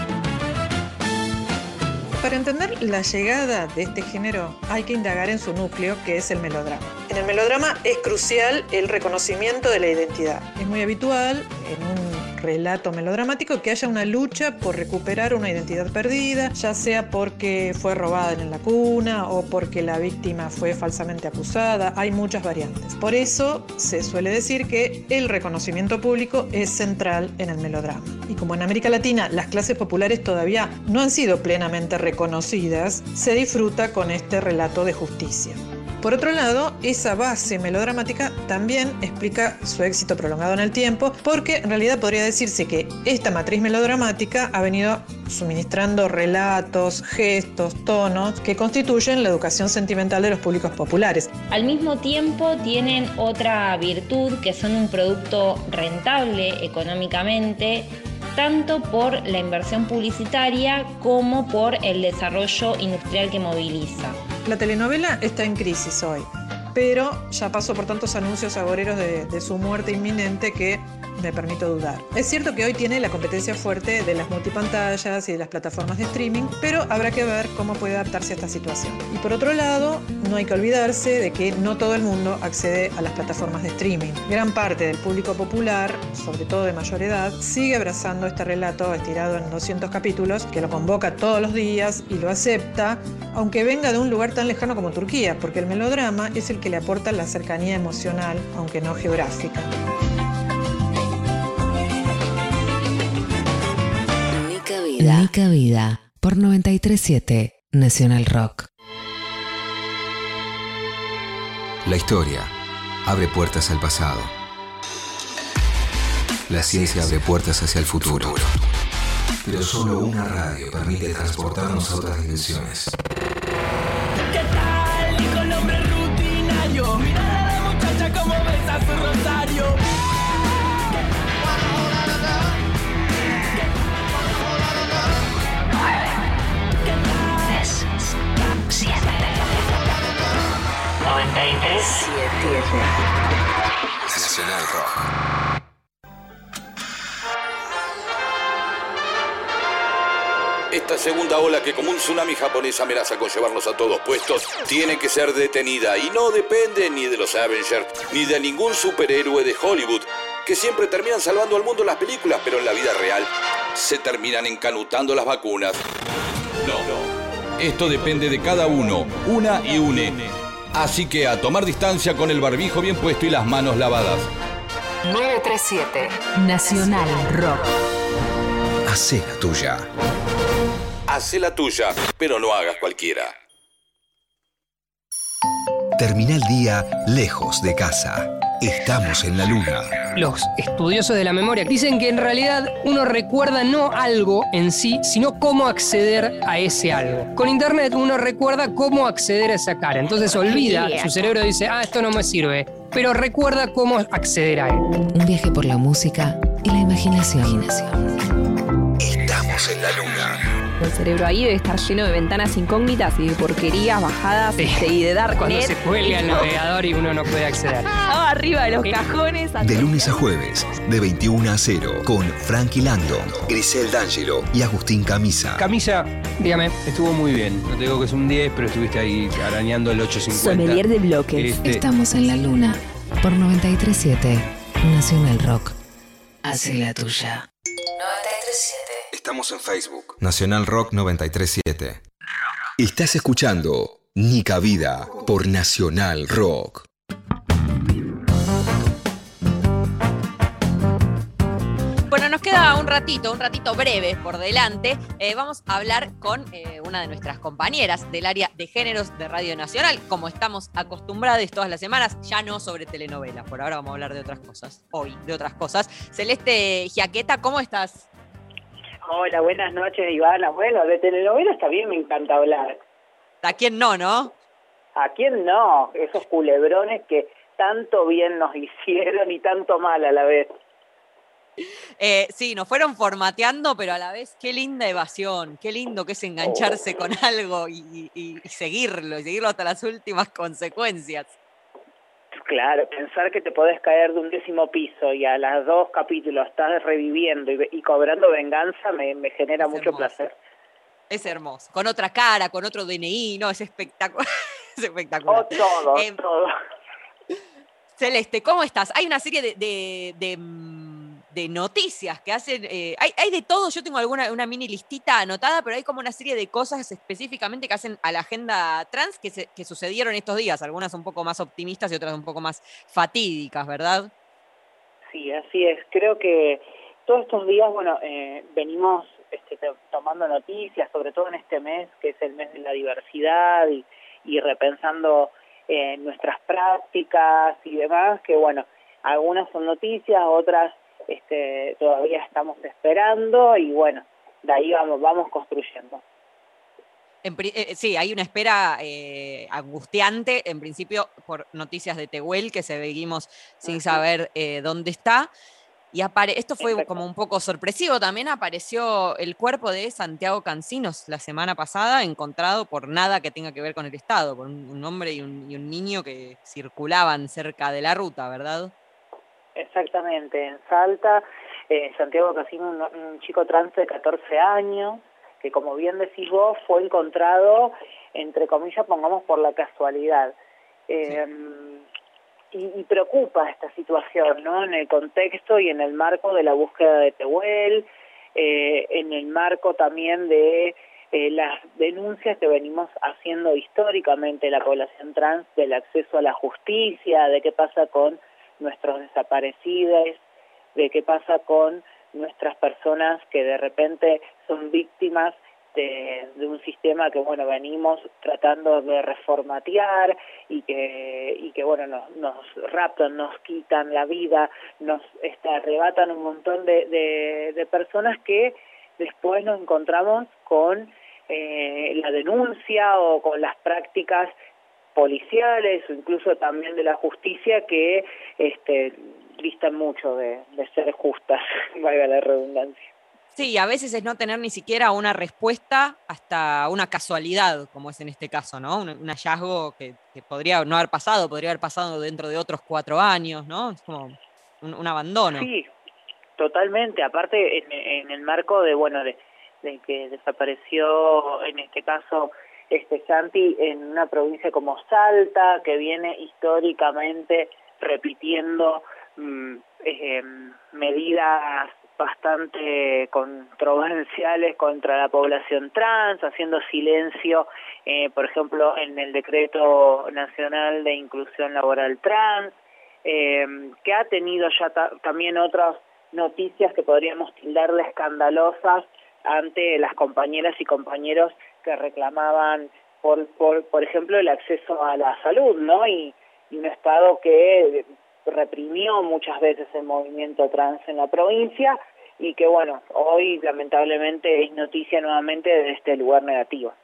Para entender la llegada de este género hay que indagar en su núcleo, que es el melodrama. En el melodrama es crucial el reconocimiento de la identidad. Es muy habitual en un relato melodramático que haya una lucha por recuperar una identidad perdida, ya sea porque fue robada en la cuna o porque la víctima fue falsamente acusada. Hay muchas variantes. Por eso se suele decir que el reconocimiento público es central en el melodrama. Y como en América Latina las clases populares todavía no han sido plenamente reconocidas, se disfruta con este relato de justicia. Por otro lado, esa base melodramática también explica su éxito prolongado en el tiempo, porque en realidad podría decirse que esta matriz melodramática ha venido suministrando relatos, gestos, tonos que constituyen la educación sentimental de los públicos populares. Al mismo tiempo tienen otra virtud, que son un producto rentable económicamente, tanto por la inversión publicitaria como por el desarrollo industrial que moviliza. La telenovela está en crisis hoy, pero ya pasó por tantos anuncios agoreros de su muerte inminente que me permito dudar. Es cierto que hoy tiene la competencia fuerte de las multipantallas y de las plataformas de streaming, pero habrá que ver cómo puede adaptarse a esta situación. Y por otro lado, no hay que olvidarse de que no todo el mundo accede a las plataformas de streaming. Gran parte del público popular, sobre todo de mayor edad, sigue abrazando este relato estirado en 200 capítulos, que lo convoca todos los días y lo acepta, aunque venga de un lugar tan lejano como Turquía, porque el melodrama es el que le aporta la cercanía emocional, aunque no geográfica. Nica Vida, por 93.7 Nacional Rock. La historia abre puertas al pasado. La ciencia abre puertas hacia el futuro. Pero solo una radio permite transportarnos a otras dimensiones. ¿Qué tal, hijo el hombre rutinario? Mira a la muchacha como besa su rosario. 93.7 Nacional Rock. Esta segunda ola que como un tsunami japonés amenaza con llevarnos a todos puestos, tiene que ser detenida y no depende ni de los Avengers ni de ningún superhéroe de Hollywood, que siempre terminan salvando al mundo en las películas, pero en la vida real se terminan encanutando las vacunas. No, esto depende de cada uno, una y une. Así que a tomar distancia con el barbijo bien puesto y las manos lavadas. 937 Nacional Rock. Hacé la tuya. Hacé la tuya, pero no hagas cualquiera. Termina el día lejos de casa. Estamos en la luna. Los estudiosos de la memoria dicen que en realidad uno recuerda no algo en sí, sino cómo acceder a ese algo. Con internet uno recuerda cómo acceder a esa cara. Entonces olvida, su cerebro dice, esto no me sirve, pero recuerda cómo acceder a él. Un viaje por la música y la imaginación. Estamos en la luna. El cerebro ahí debe estar lleno de ventanas incógnitas y de porquerías bajadas y de darknet. Cuando se cuelga el navegador y uno no puede acceder. Arriba de los cajones. De lunes a jueves, de 21 a 0, con Frankie Landon, Grisel D'Angelo y Agustín Camisa. Camisa, dígame, estuvo muy bien. No te digo que es un 10, pero estuviste ahí arañando el 850. Sommelier de bloques. Estamos en la luna por 93.7 Nacional Rock. Hacé la tuya. 93.7. Estamos en Facebook. Nacional Rock 93.7. Estás escuchando Nica Vida por Nacional Rock. Bueno, nos queda un ratito breve por delante. Vamos a hablar con una de nuestras compañeras del área de géneros de Radio Nacional, como estamos acostumbrados todas las semanas, ya no sobre telenovelas. Por ahora vamos a hablar de otras cosas, hoy de otras cosas. Celeste Giaqueta, ¿cómo estás? Hola, buenas noches, Ivana. Bueno, de telenovelas también me encanta hablar. ¿A quién no, no? ¿A quién no? Esos culebrones que tanto bien nos hicieron y tanto mal a la vez. Sí, nos fueron formateando, pero a la vez qué linda evasión, qué lindo que es engancharse con algo y seguirlo hasta las últimas consecuencias. Claro, pensar que te podés caer de un 10º piso y a los 2 capítulos estás reviviendo y cobrando venganza me genera mucho placer. Es hermoso, con otra cara, con otro DNI, no, es espectacular. Es espectacular. Todo. Celeste, ¿cómo estás? Hay una serie de noticias que hacen, hay de todo. Yo tengo una mini listita anotada, pero hay como una serie de cosas específicamente que hacen a la agenda trans que sucedieron estos días, algunas un poco más optimistas y otras un poco más fatídicas, ¿verdad? Sí, así es. Creo que todos estos días, venimos tomando noticias, sobre todo en este mes, que es el mes de la diversidad y repensando nuestras prácticas y demás, que algunas son noticias, otras todavía estamos esperando y de ahí vamos construyendo. Sí, hay una espera angustiante, en principio por noticias de Tehuel, que seguimos sin saber dónde está. Y esto fue como un poco sorpresivo. También apareció el cuerpo de Santiago Cancinos la semana pasada, encontrado por nada que tenga que ver con el Estado, por un hombre y un niño que circulaban cerca de la ruta, ¿verdad? Exactamente, en Salta, Santiago Cancinos, un chico trans de 14 años, que como bien decís vos, fue encontrado, entre comillas, pongamos por la casualidad. Y preocupa esta situación, ¿no? En el contexto y en el marco de la búsqueda de Tehuel, en el marco también de las denuncias que venimos haciendo históricamente la población trans del acceso a la justicia, de qué pasa con nuestros desaparecidos, de qué pasa con nuestras personas que de repente son víctimas de un sistema que venimos tratando de reformatear y que nos raptan, nos quitan la vida, nos arrebatan un montón de personas que después nos encontramos con la denuncia o con las prácticas policiales o incluso también de la justicia que distan mucho de ser justas, valga la redundancia. Sí, a veces es no tener ni siquiera una respuesta hasta una casualidad, como es en este caso, ¿no? Un hallazgo que podría no haber pasado, podría haber pasado dentro de otros 4 años, ¿no? Es como un abandono. Sí, totalmente. Aparte, en el marco de, bueno, de que desapareció, en este caso, Santi, en una provincia como Salta, que viene históricamente repitiendo medidas bastante controversiales contra la población trans, haciendo silencio, por ejemplo, en el Decreto Nacional de Inclusión Laboral Trans, que ha tenido ya también otras noticias que podríamos tildar de escandalosas ante las compañeras y compañeros que reclamaban, por ejemplo, el acceso a la salud, ¿no? Y un Estado que reprimió muchas veces el movimiento trans en la provincia y que, bueno, hoy lamentablemente es noticia nuevamente de este lugar negativo.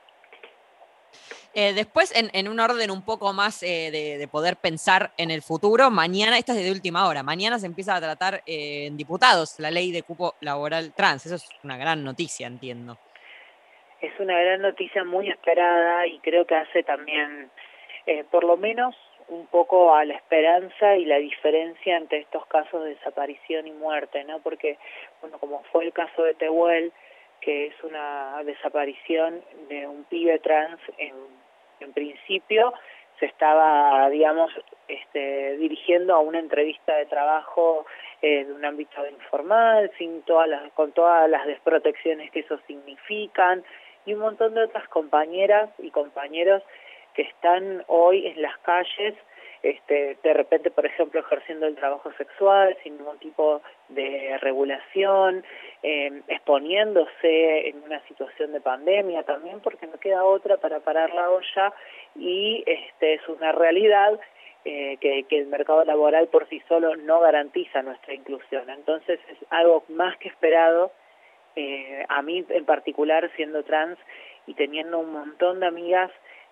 Después, en un orden un poco más de poder pensar en el futuro, mañana, esta es de última hora, mañana se empieza a tratar en diputados la ley de cupo laboral trans. Eso es una gran noticia, entiendo. Es una gran noticia muy esperada y creo que hace también, por lo menos, un poco a la esperanza y la diferencia entre estos casos de desaparición y muerte, ¿no? Porque, bueno, como fue el caso de Tehuel, que es una desaparición de un pibe trans, en principio se estaba, digamos, dirigiendo a una entrevista de trabajo de un ámbito informal, con todas las desprotecciones que eso significan, y un montón de otras compañeras y compañeros que están hoy en las calles, de repente, por ejemplo, ejerciendo el trabajo sexual sin ningún tipo de regulación, exponiéndose en una situación de pandemia también, porque no queda otra para parar la olla, y es una realidad que el mercado laboral por sí solo no garantiza nuestra inclusión. Entonces es algo más que esperado. A mí en particular, siendo trans y teniendo un montón de amigas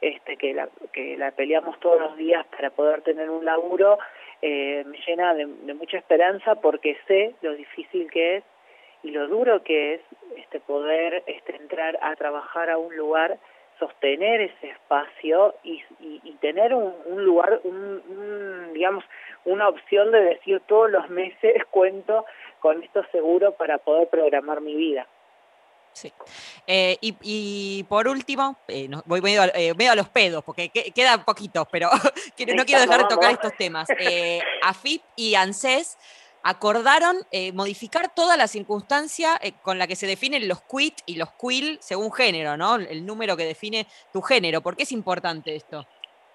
que la peleamos todos los días para poder tener un laburo, me llena de mucha esperanza, porque sé lo difícil que es y lo duro que es poder entrar a trabajar a un lugar, sostener ese espacio y tener un lugar, digamos, una opción de decir todos los meses cuento con esto seguro para poder programar mi vida. Sí. Y por último, voy medio a los pedos, porque queda poquito, pero no quiero dejar de tocar estos temas. AFIP y ANSES acordaron modificar toda la circunstancia con la que se definen los quit y los quil según género, ¿no? El número que define tu género. ¿Por qué es importante esto?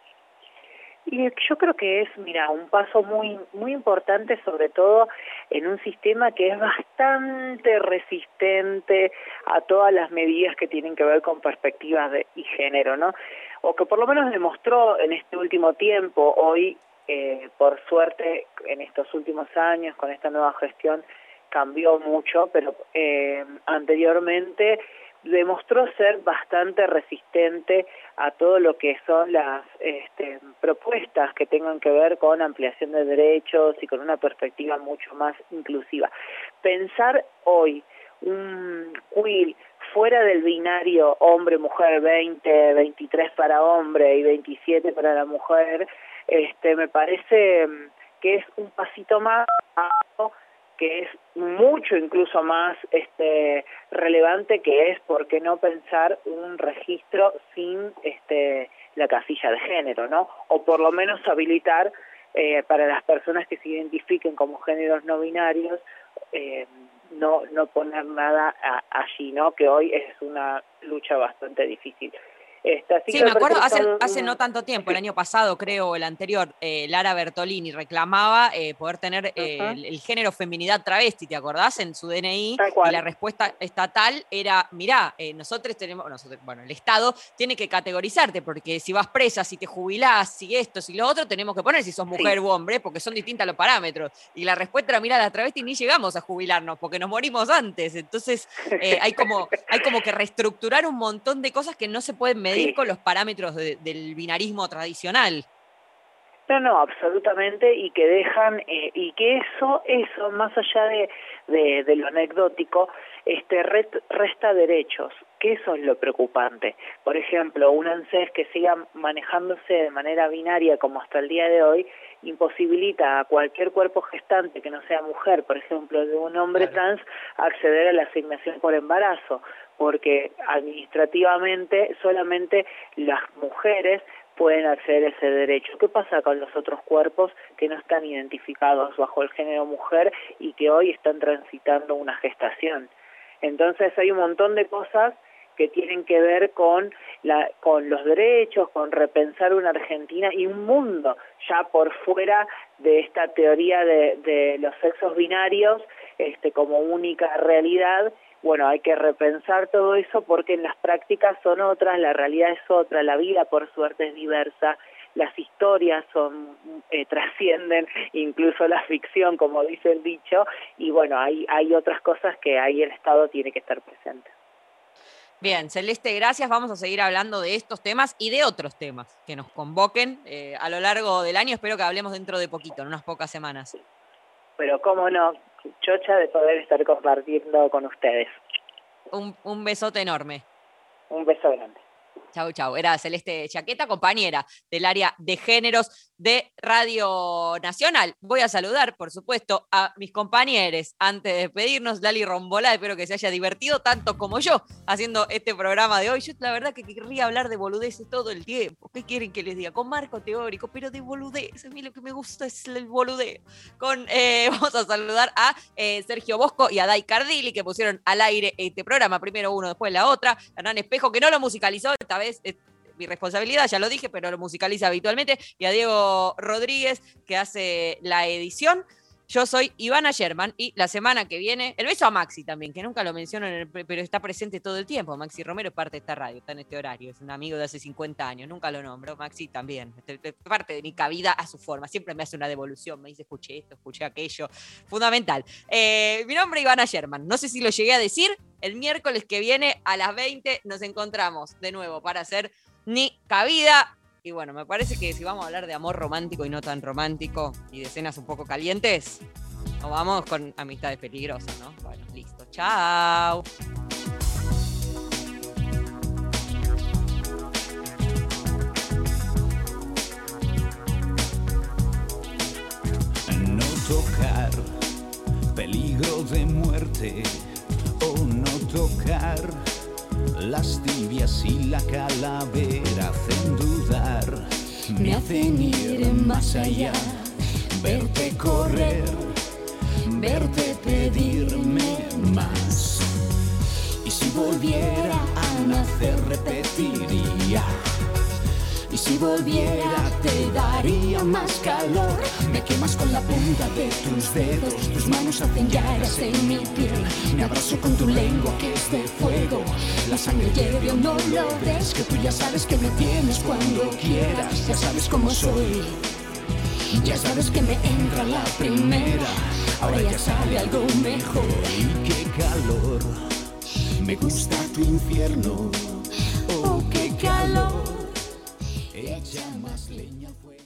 Y yo creo que es, mira, un paso muy muy importante, sobre todo en un sistema que es bastante resistente a todas las medidas que tienen que ver con perspectivas y género, ¿no? O que por lo menos demostró en este último tiempo. Hoy, por suerte, en estos últimos años, con esta nueva gestión, cambió mucho, pero anteriormente demostró ser bastante resistente a todo lo que son las propuestas que tengan que ver con ampliación de derechos y con una perspectiva mucho más inclusiva. Pensar hoy un queer fuera del binario hombre-mujer, 20, 23 para hombre y 27 para la mujer, me parece que es un pasito más, que es mucho incluso más relevante, que es por qué no pensar un registro sin la casilla de género, ¿no? O por lo menos habilitar para las personas que se identifiquen como géneros no binarios, no poner nada allí, ¿no? Que hoy es una lucha bastante difícil. Sí, me acuerdo, hace no tanto tiempo, el año pasado creo, el anterior, Lara Bertolini reclamaba poder tener el género feminidad travesti, ¿te acordás? En su DNI, y la respuesta estatal era, mirá, el Estado tiene que categorizarte, porque si vas presa, si te jubilás, si esto, si lo otro, tenemos que poner si sos mujer u hombre, porque son distintos los parámetros. Y la respuesta era, mirá, la travesti ni llegamos a jubilarnos, porque nos morimos antes. Entonces hay como que reestructurar un montón de cosas que no se pueden medir con los parámetros del binarismo tradicional. No, absolutamente, y que dejan, y que eso, más allá de lo anecdótico, resta derechos, que eso es lo preocupante. Por ejemplo, un ANSES que siga manejándose de manera binaria como hasta el día de hoy, imposibilita a cualquier cuerpo gestante que no sea mujer, por ejemplo, de un hombre trans, acceder a la asignación por embarazo, porque administrativamente solamente las mujeres pueden acceder a ese derecho. ¿Qué pasa con los otros cuerpos que no están identificados bajo el género mujer y que hoy están transitando una gestación? Entonces hay un montón de cosas que tienen que ver con los derechos, con repensar una Argentina y un mundo ya por fuera de esta teoría de los sexos binarios como única realidad. Bueno, hay que repensar todo eso porque en las prácticas son otras, la realidad es otra, la vida por suerte es diversa, las historias trascienden incluso la ficción, como dice el dicho, y bueno, hay otras cosas que ahí el Estado tiene que estar presente. Bien, Celeste, gracias. Vamos a seguir hablando de estos temas y de otros temas que nos convoquen a lo largo del año. Espero que hablemos dentro de poquito, en unas pocas semanas. Pero cómo no, chocha de poder estar compartiendo con ustedes. Un besote enorme. Un beso grande. Chau, chau. Era Celeste Chaqueta, compañera del área de géneros de Radio Nacional. Voy a saludar, por supuesto, a mis compañeros antes de despedirnos. Lali Rombolá, espero que se haya divertido tanto como yo haciendo este programa de hoy. Yo la verdad que querría hablar de boludeces todo el tiempo. ¿Qué quieren que les diga? Con marco teórico, pero de boludeces. A mí lo que me gusta es el boludeo. Vamos a saludar a Sergio Bosco y a Dai Cardilli, que pusieron al aire este programa. Primero uno, después la otra. Hernán Espejo, que no lo musicalizó. Esta vez es mi responsabilidad, ya lo dije, pero lo musicaliza habitualmente. Y a Diego Rodríguez, que hace la edición. Yo soy Ivana Sherman y la semana que viene, el beso a Maxi también, que nunca lo menciono, pero está presente todo el tiempo. Maxi Romero es parte de esta radio, está en este horario, es un amigo de hace 50 años, nunca lo nombro. Maxi también, es parte de mi cabida a su forma, siempre me hace una devolución, me dice escuché esto, escuché aquello, fundamental. Mi nombre es Ivana Sherman, no sé si lo llegué a decir, el miércoles que viene a las 20 nos encontramos de nuevo para hacer Ni Cabida. Y bueno, me parece que si vamos a hablar de amor romántico y no tan romántico y de escenas un poco calientes, nos vamos con amistades peligrosas, ¿no? Bueno, listo. Chao. No tocar, peligro de muerte, o no tocar. Las tibias y la calavera hacen dudar, me hacen ir más allá, verte correr, verte pedirme más. Y si volviera a nacer repetiría, y si volviera te daría más calor. Me quemas con la punta de tus dedos, tus manos hacen llagas en mi piel. Me abrazo con tu lengua que es de fuego, la sangre hierve o no lo ves, que tú ya sabes que me tienes cuando quieras. Ya sabes cómo soy, ya sabes que me entra la primera, ahora ya sale algo mejor. Y qué calor, me gusta tu infierno, oh qué calor. Echa más leña al fuego.